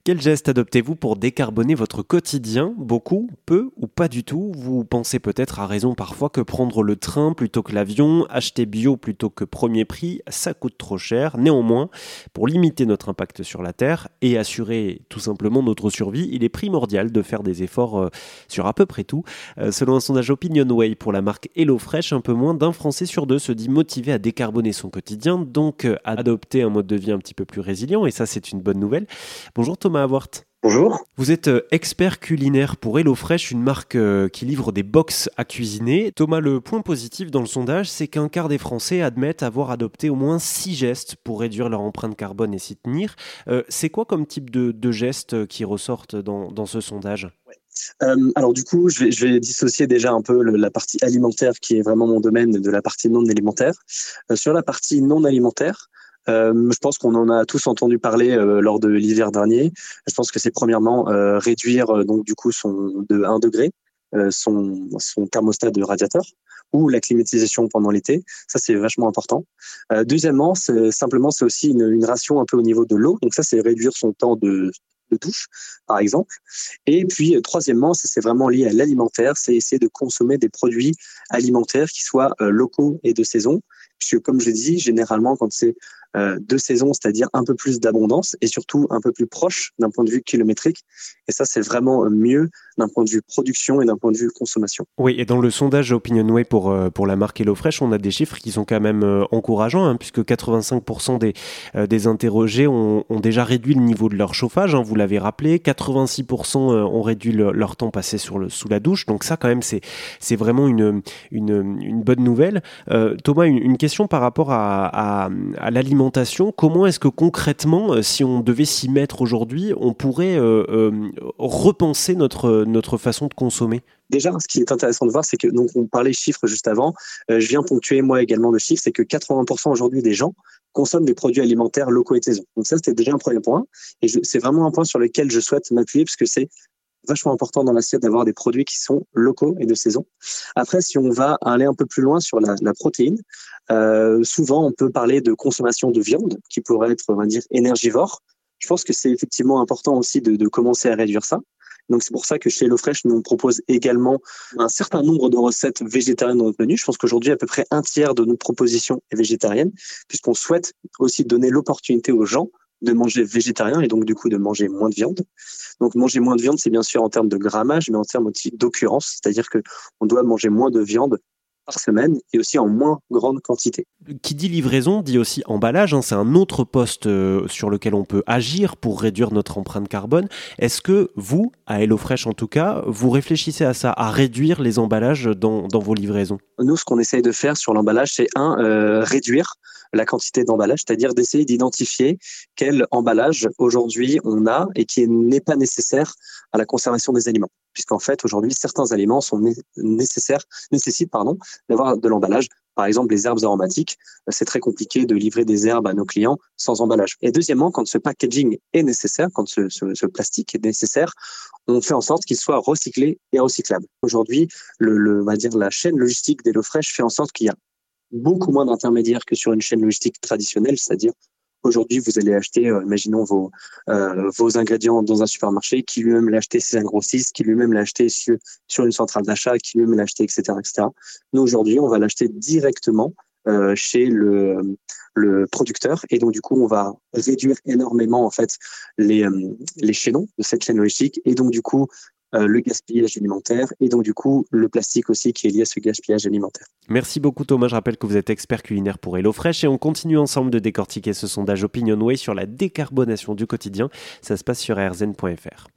Quel geste adoptez-vous pour décarboner votre quotidien? Beaucoup, peu ou pas du tout? Vous pensez peut-être à raison parfois que prendre le train plutôt que l'avion, acheter bio plutôt que premier prix, ça coûte trop cher. Néanmoins, pour limiter notre impact sur la Terre et assurer tout simplement notre survie, il est primordial de faire des efforts sur à peu près tout. Selon un sondage OpinionWay pour la marque HelloFresh, un peu moins d'un Français sur deux se dit motivé à décarboner son quotidien, donc à adopter un mode de vie un petit peu plus résilient, et ça c'est une bonne nouvelle. Bonjour Thomas Awart. Bonjour. Vous êtes expert culinaire pour HelloFresh, une marque qui livre des box à cuisiner. Thomas, le point positif dans le sondage, c'est qu'un quart des Français admettent avoir adopté au moins 6 gestes pour réduire leur empreinte carbone et s'y tenir. C'est quoi comme type de gestes qui ressortent dans ce sondage ? Alors du coup, je vais dissocier déjà un peu la partie alimentaire qui est vraiment mon domaine de la partie non alimentaire. Sur la partie non alimentaire, je pense qu'on en a tous entendu parler lors de l'hiver dernier. Je pense que c'est premièrement réduire donc du coup de 1 degré son thermostat de radiateur ou la climatisation pendant l'été. Ça, c'est vachement important. Deuxièmement, c'est aussi une ration un peu au niveau de l'eau. Donc ça, c'est réduire son temps de douche, par exemple. Et puis, troisièmement, ça, c'est vraiment lié à l'alimentaire, c'est essayer de consommer des produits alimentaires qui soient locaux et de saison. Puisque, comme je l'ai dit, généralement, quand c'est de saison, c'est-à-dire un peu plus d'abondance et surtout un peu plus proche d'un point de vue kilométrique. Et ça, c'est vraiment mieux d'un point de vue production et d'un point de vue consommation. Oui, et dans le sondage OpinionWay pour la marque HelloFresh, on a des chiffres qui sont quand même encourageants, puisque 85% des interrogés ont déjà réduit le niveau de leur chauffage, vous l'avez rappelé, 86% ont réduit leur temps passé sous la douche, donc ça quand même c'est vraiment une bonne nouvelle. Thomas, une question par rapport à l'alimentation. Comment est-ce que concrètement, si on devait s'y mettre aujourd'hui, on pourrait repenser notre façon de consommer ? Déjà, ce qui est intéressant de voir, c'est que, donc, on parlait chiffres juste avant. Je viens ponctuer, moi, également, le chiffre, c'est que 80% aujourd'hui des gens consomment des produits alimentaires locaux et de saison. Donc ça, c'était déjà un premier point. Et c'est vraiment un point sur lequel je souhaite m'appuyer, parce que c'est vachement important dans l'assiette d'avoir des produits qui sont locaux et de saison. Après, si on va aller un peu plus loin sur la protéine, souvent, on peut parler de consommation de viande, qui pourrait être, on va dire, énergivore. Je pense que c'est effectivement important aussi de commencer à réduire ça. Donc, c'est pour ça que chez HelloFresh, nous, on propose également un certain nombre de recettes végétariennes dans notre menu. Je pense qu'aujourd'hui, à peu près un tiers de nos propositions est végétarienne, puisqu'on souhaite aussi donner l'opportunité aux gens de manger végétarien et donc, du coup, de manger moins de viande. Donc, manger moins de viande, c'est bien sûr en termes de grammage, mais en termes aussi d'occurrence, c'est-à-dire qu'on doit manger moins de viande par semaine et aussi en moins grande quantité. Qui dit livraison dit aussi emballage, c'est un autre poste sur lequel on peut agir pour réduire notre empreinte carbone. Est-ce que vous, à HelloFresh en tout cas, vous réfléchissez à ça, à réduire les emballages dans vos livraisons ? Nous, ce qu'on essaye de faire sur l'emballage, c'est réduire la quantité d'emballage, c'est-à-dire d'essayer d'identifier quel emballage aujourd'hui on a et qui n'est pas nécessaire à la conservation des aliments. Puisqu'en fait, aujourd'hui, certains aliments nécessitent d'avoir de l'emballage. Par exemple, les herbes aromatiques, c'est très compliqué de livrer des herbes à nos clients sans emballage. Et deuxièmement, quand ce packaging est nécessaire, quand ce plastique est nécessaire, on fait en sorte qu'il soit recyclé et recyclable. Aujourd'hui, on va dire la chaîne logistique d'HelloFresh fait en sorte qu'il y a beaucoup moins d'intermédiaires que sur une chaîne logistique traditionnelle, c'est-à-dire aujourd'hui, vous allez acheter, imaginons vos ingrédients dans un supermarché, qui lui-même l'a acheté chez un grossiste, qui lui-même l'a acheté sur une centrale d'achat, qui lui-même l'a acheté, etc., etc. Nous, aujourd'hui, on va l'acheter directement chez le producteur, et donc du coup, on va réduire énormément en fait les chaînons de cette chaîne logistique, et donc du coup, le gaspillage alimentaire et donc du coup le plastique aussi qui est lié à ce gaspillage alimentaire. Merci beaucoup Thomas, je rappelle que vous êtes expert culinaire pour HelloFresh et on continue ensemble de décortiquer ce sondage OpinionWay sur la décarbonation du quotidien. Ça se passe sur rzn.fr.